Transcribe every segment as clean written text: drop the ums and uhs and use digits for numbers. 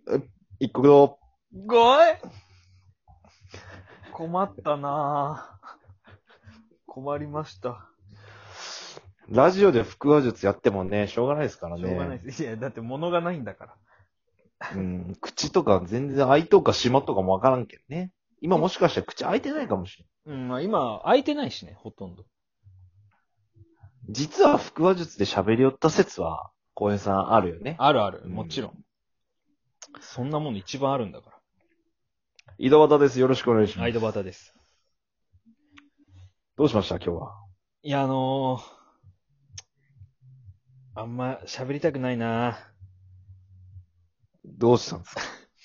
一個ど。 ごい困ったなぁ。困りました。 ラジオで腹話術やってもね、しょうがないですからね。 しょうがないです。いや、だって物がないんだから。 うん。口とか全然開いとか閉まっとかもわからんけどね。今もしかしたら口開いてないかもしれん。 うん、まあ今、空いてないしね、ほとんど。 実は腹話術で喋り寄った説は、小平さんあるよね。 あるある、 うんもちろん。そんなもの一番あるんだか井戸端です。よろしくお願いしら。アイます。 ドバタです。 どうしました今日は。 いや、あんま喋りたくないなどうしたんですか？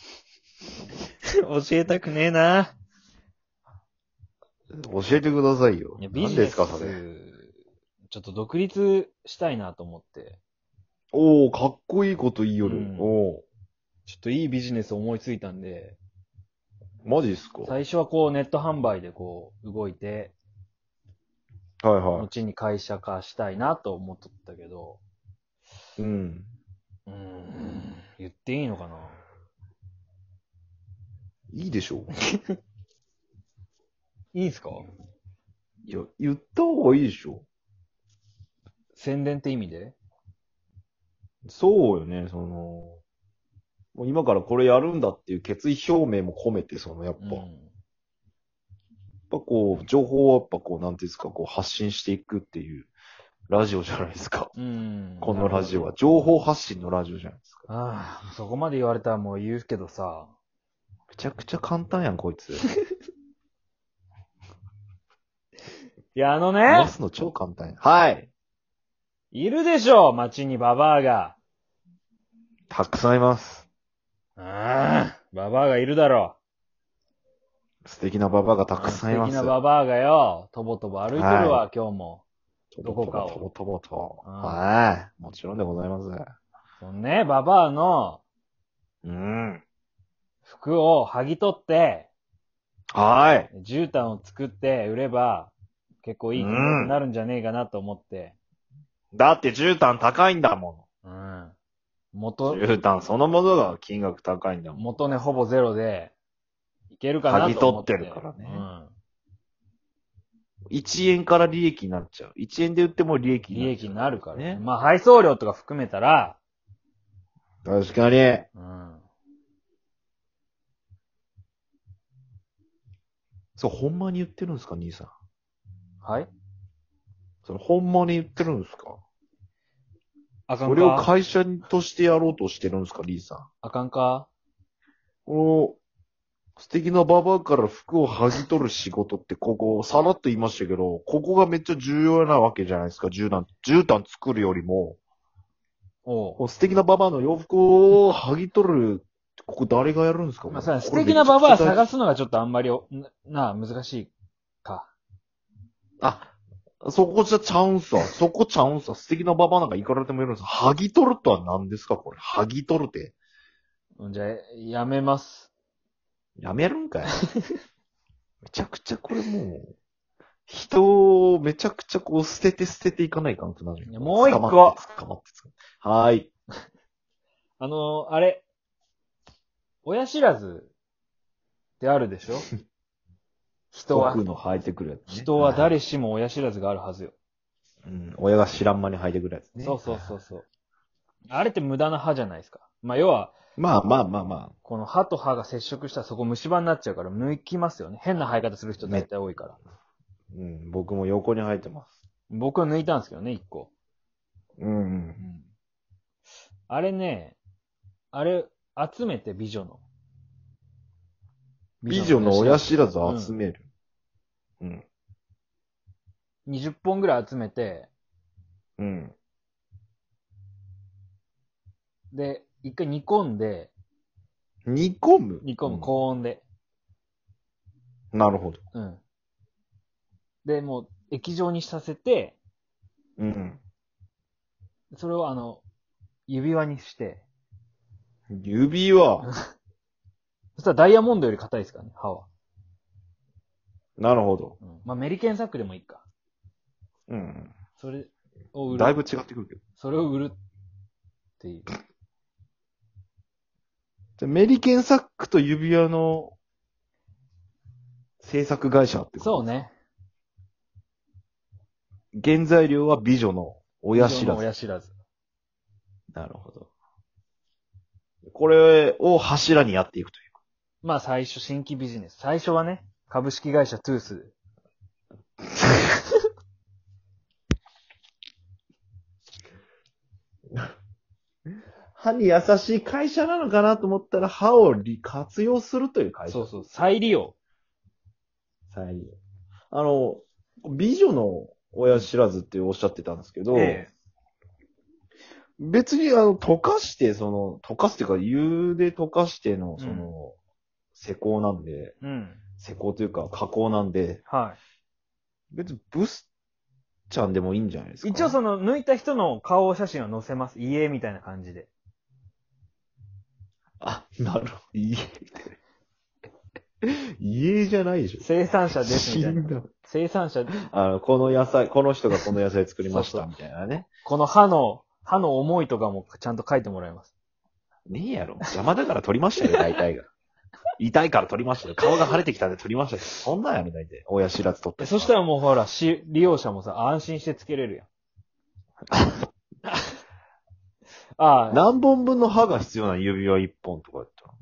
教えたくねえな教えてくださいよ。 いや、ビ何ジネス、 ですかそれ。 ちょっと独立したいなと思って。 おー、かっこいいこと言いよる。 うんおー。 ちょっといいビジネス思いついたんで、 マジっすか？ 最初はこうネット販売でこう動いて、 はいは後に会社化したいなと思っとったけど、 い。うん。 言っていいのかな。 いいでしょう。 いいんすか？ いや、言った方がいいでしょ。 宣伝って意味で？ そうよね、もう今からこれやるんだっていう決意表明も込めて、やっぱ、やっぱこう、情報をやっぱこう、なんていうんですか、こう発信していくっていうラジオじゃないですか。このラジオは。情報発信のラジオじゃないですか。 ああ、そこまで言われたらもう言うけどさ。 めちゃくちゃ簡単やん、こいつ。 いや、 回すの超簡単やん。はい。 いるでしょ街にババアが。 たくさんいます。 ああ、ババアがいるだろ素敵なババアがたく素さんいます。 敵なババアがよ、とぼとぼ歩いてるわ、今日も。どこかをとぼとぼと。 うんはい。もちろんでございます。 そのね、ババアのうん。 服を剥ぎ取って、 はい。 絨毯を作って売れば、結構いい金額になるんじゃねえかなと思って。 だって絨毯高いんだもうん。 ん。 元絨毯そのものが金額高いんだもん。 値ほぼゼロで、いけるかなと思って。 剥ぎ取ってるからね1円から利益になっちゃう。1円で売っても利益になっちゃう。 利益になるから。 ね。 まあ、配送料とか含めたら、 確かに。 うん。 そう、ほんまに言ってるんですか、兄さん。 はいほんまに言ってるんですか？ あかんそれをか会社としてやろうとしてるんですか、リーさん。 あかんかこの、素敵なババアから服を剥ぎ取る仕事って、ここ、さらっと言いましたけど、ここがめっちゃ重要なわけじゃないですか、絨毯作るよりも。 おう。 こう素敵なババアの洋服を剥ぎ取る、ここ誰がやるんですか？ まあさ、素これ敵なババア探す。 すのがちょっとあんまり難しいか。 あ、そこじゃちゃうんすわ。そこちゃうんすわ。素敵なババアなんか行かれてもいるんです。剥ぎ取るとは何ですかこれ。剥ぎ取るって。 じゃあ、やめます。 やめるんかい。めちゃくちゃこれもう、人をめちゃくちゃこう捨てていかないかんとなる。 もう一個。 捕まって。はーい。 あれ。親知らずってあるでしょ人は奥。の生えてくるやつ、ね。 人は誰しも親知らずがあるはずよ。 うん。親が知らん間に生えてくるやつね。 そうそうそうそう。あれって無駄な歯じゃないですか。まあ、要は、 まあまあまあまあ。 この歯と歯が接触したらそこ虫歯になっちゃうから抜きますよね。変な生え方する人大体多いから。 うん。僕も横に生えてます。 僕は抜いたんですけどね、一個。 うん。 あれね、あれ、集めて美女の。 美女の親知らずを集める。うん。 20本ぐらい集めて、 うん。 で、一回煮込んで、 煮込む高温で。 なるほど。 うん。で、もう液状にさせて、 うん。 それを指輪にして、 指輪。 そしたらダイヤモンドより硬いですからね、歯は。 なるほど。 まあ、メリケンサックでもいいか。 うん。 それを売る。 だいぶ違ってくるけど。 それを売るっていう。 じゃあメリケンサックと指輪の制作会社ってことそうね。 原材料は美女の親知以上のらず。 親知らず。 なるほど。これを柱にやっていくという。 まあ最初、新規ビジネス。最初はね、株式会社トゥース。 歯に優しい会社なのかなと思ったら、歯を活用するという会社。 そうそう、再利用。 再利用。美女の親知らずっておっしゃってたんですけど、 え別に溶かして、溶かすっていうか、湯で溶かしての、施工なんで、 え。うん。 施工というか加工なんで、 は別にブスちゃんでもいいんじゃないですい。 か。 一応その、抜いた人の顔写真を載せます。家みたいな感じで。 あ、なるほど。家じゃないでしょ。 生産者ですみたいな。 死んだ。 生産者、 この野菜、この人がこの野菜作りました、 そうそうみたいなね。 この歯の思いとかもちゃんと書いてもらいます。 ねえやろ。邪魔だから取りましたよ、大体が。痛いから取りましたよ。顔が腫れてきたんで取りましたよ。そんなんやめないで。親知らず取って。 そしたらもうほら、利用者もさ、安心してつけれるやん。ああ。 何本分の歯が必要な指輪1本とかやったら。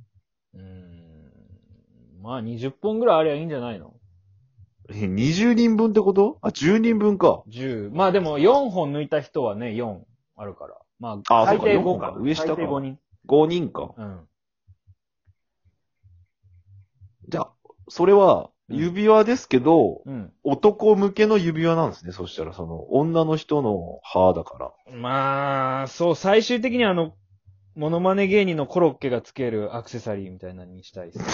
まあ20本ぐらいありゃいいんじゃないの？ 20人分ってこと？あ、10人分か。 10。まあでも4本抜いた人はね、4あるから。まあ、 あ最低そうか 5か四本か上下か最低5人。 5人か。 うん。 じゃあ、それは、指輪ですけど、 うん。 男向けの指輪なんですね。そしたら、女の人の歯だから。 まあ、そう、最終的にはモノマネ芸人のコロッケがつけるアクセサリーみたいなのにしたいです。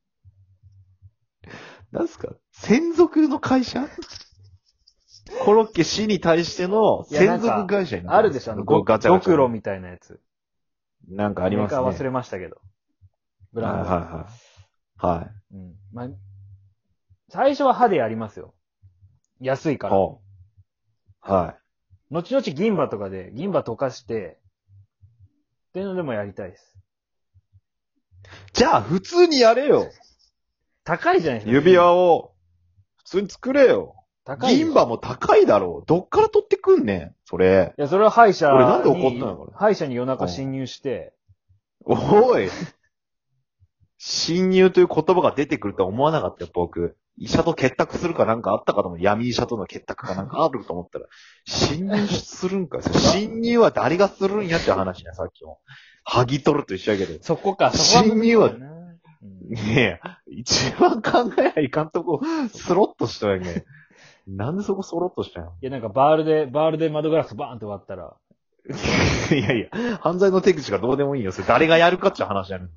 なんすか専属の会社コロッケ氏に対しての専属会社になあるんですかるでしょ、 ガチャガチャドクロみたいなやつ。 なんかありますね。 メーカー忘れましたけど。ブランド。 はいはいはい。はい。 うん。まあ、最初は歯でやりますよ。安いから。 はあ。はい。 後々銀歯とかで、銀歯溶かして、っていうのでもやりたいです。 じゃあ、普通にやれよ。 高いじゃないですか。 指輪を、普通に作れよ。 高いよ。 銀歯も高いだろう。どっから取ってくんねん、それ。 いや、それは歯医者に、 俺なんで怒ったのこれ歯医者に夜中侵入して、 おい。侵入という言葉が出てくるとは思わなかったよ、僕。医者と結託するかなんかあったかと思う。闇医者との結託かなんかあると思ったら、侵入するんか。侵入は誰がするんやって話ね、さっきも。剥ぎ取ると一緒やけど。 そこか、そこは。 侵入はうんねえ、一番考えないかんとこ、スロッとしたやんね。なんでそこスロッとしたんやいや、なんかバールで窓ガラスバーンって割ったら、 いやいや、犯罪の手口がどうでもいいよ。それ誰がやるかっていう話やねん。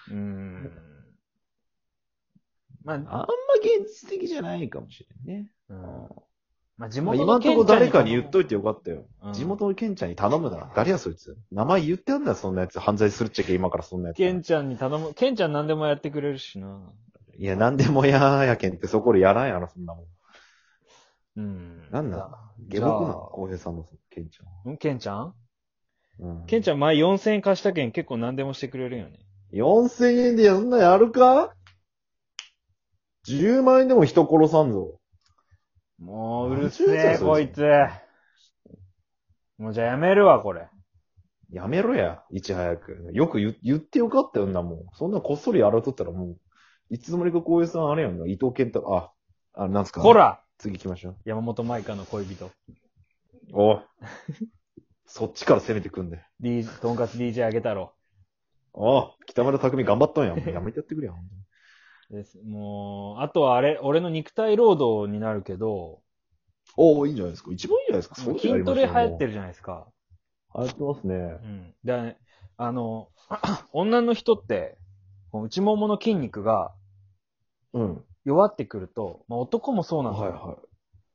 まあ、 あんま現実的じゃないかもしれんね。 まあ、地まあ、 元今んとこのケンちゃんに誰かに言っといてよかったよ。 うん地元のケンちゃんに頼むな。誰やそいつ。名前言ってやんだよ、そんなやつ。犯罪するっちゃけ、今からそんなやつ。 ケンちゃんに頼む。ケンちゃん何でもやってくれるしな。 いや、なんでもやけんってそこでやらんやろ、そんなもん。なんだ下僕な、浩平さんのケンちケンちゃんゃん。うん。 ケンちゃん前4000円貸したけん結構何でもしてくれるよね。 4000円でやんなやるか ?10 万円でも人殺さんぞ。 もううるせえ、こいつ。もうじゃあやめるわ、これ。 やめろや、いち早く。よく言ってよかったよな、もう。そんなこっそりやらとったらもう、いつの間にか浩平さんあれやんな、伊藤健太、なんすかほら次行きましょう。 山本舞香の恋人。 おそっちから攻めてくんだよ。 とんかつ DJ あげたろ。 北村匠海頑張ったんや。もうやめてやってくれよ、 もう、あとはあれ、俺の肉体労働になるけど、 いいんじゃないですか。一番いいんじゃないですか。そう筋トレ流行ってる。 るじゃないですか。 流行ってますね。 うん。で、ね、女の人って、この内ももの筋肉がうん。 弱ってくると、まあ男もそうなんですよ。 はいはい。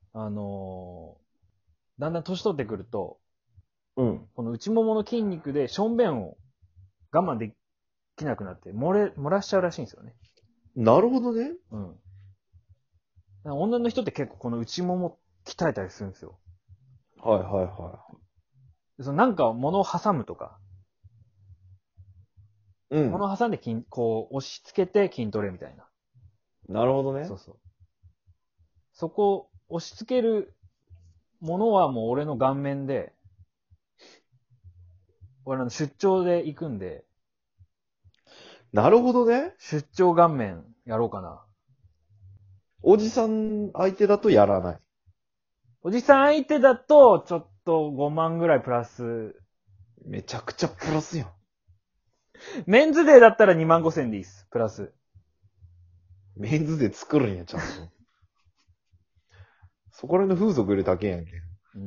だんだん年取ってくると、 うん。 この内ももの筋肉でションベンを我慢できなくなって漏らしちゃうらしいんですよね。 なるほどね。 うん。だから女の人って結構この内もも鍛えたりするんですよ。 はいはいはでなんか物を挟むとか、 うん。 物を挟んでこう、押し付けて筋トレみたいな。 なるほどね。 そうそう。そこ、押し付けるものはもう俺の顔面で、俺の出張で行くんで、 なるほどね。 出張顔面やろうかな。 おじさん相手だとやらない。 おじさん相手だと、ちょっと5万ぐらいプラス。 めちゃくちゃプラスやん。 メンズデーだったら2万5千でいいっす。プラス。 メンズで作るんや、ちゃんと。そこら辺の風俗より高いやんけ。 うん。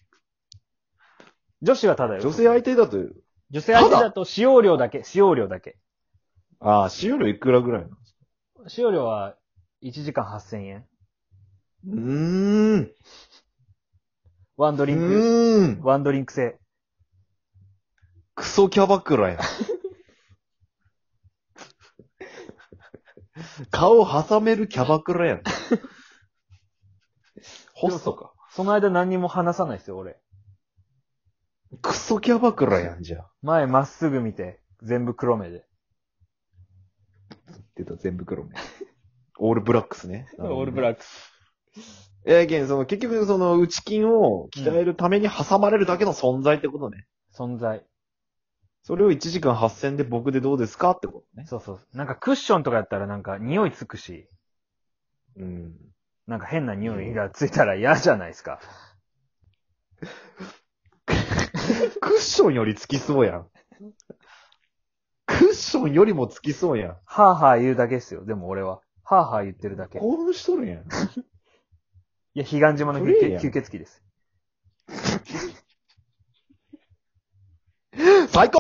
女子はただよ。 女性相手だと、 女性相手だと使用料だけ。使用料だけ。 ああ、使用料いくらぐらいなの？ 使用料は1時間8000円。ワンドリンク。ワンドリンク制。 クソキャバクラやん。顔挟めるキャバクラやん。ホストか。 その間何にも話さないですよ、俺。 クソキャバクラやん、じゃあ。 前まっすぐ見て、全部黒目で。 出た、全部黒目。オールブラックスね。 オールブラックス。 結局その内筋を鍛えるために挟まれるだけの存在ってことね。 存在。 それを1時間8000で僕でどうですかってことね。 そうそう。なんかクッションとかやったらなんか匂いつくし、 うん。 なんか変な匂いがついたら嫌じゃないですか。 クッションよりつきそうやん。クッションよりもつきそうやん。 はぁはぁ言うだけっすよ、でも俺は。はぁはぁ言ってるだけ。い興奮しとるやん。 や、彼岸島のそれいいやん吸血鬼です。 最高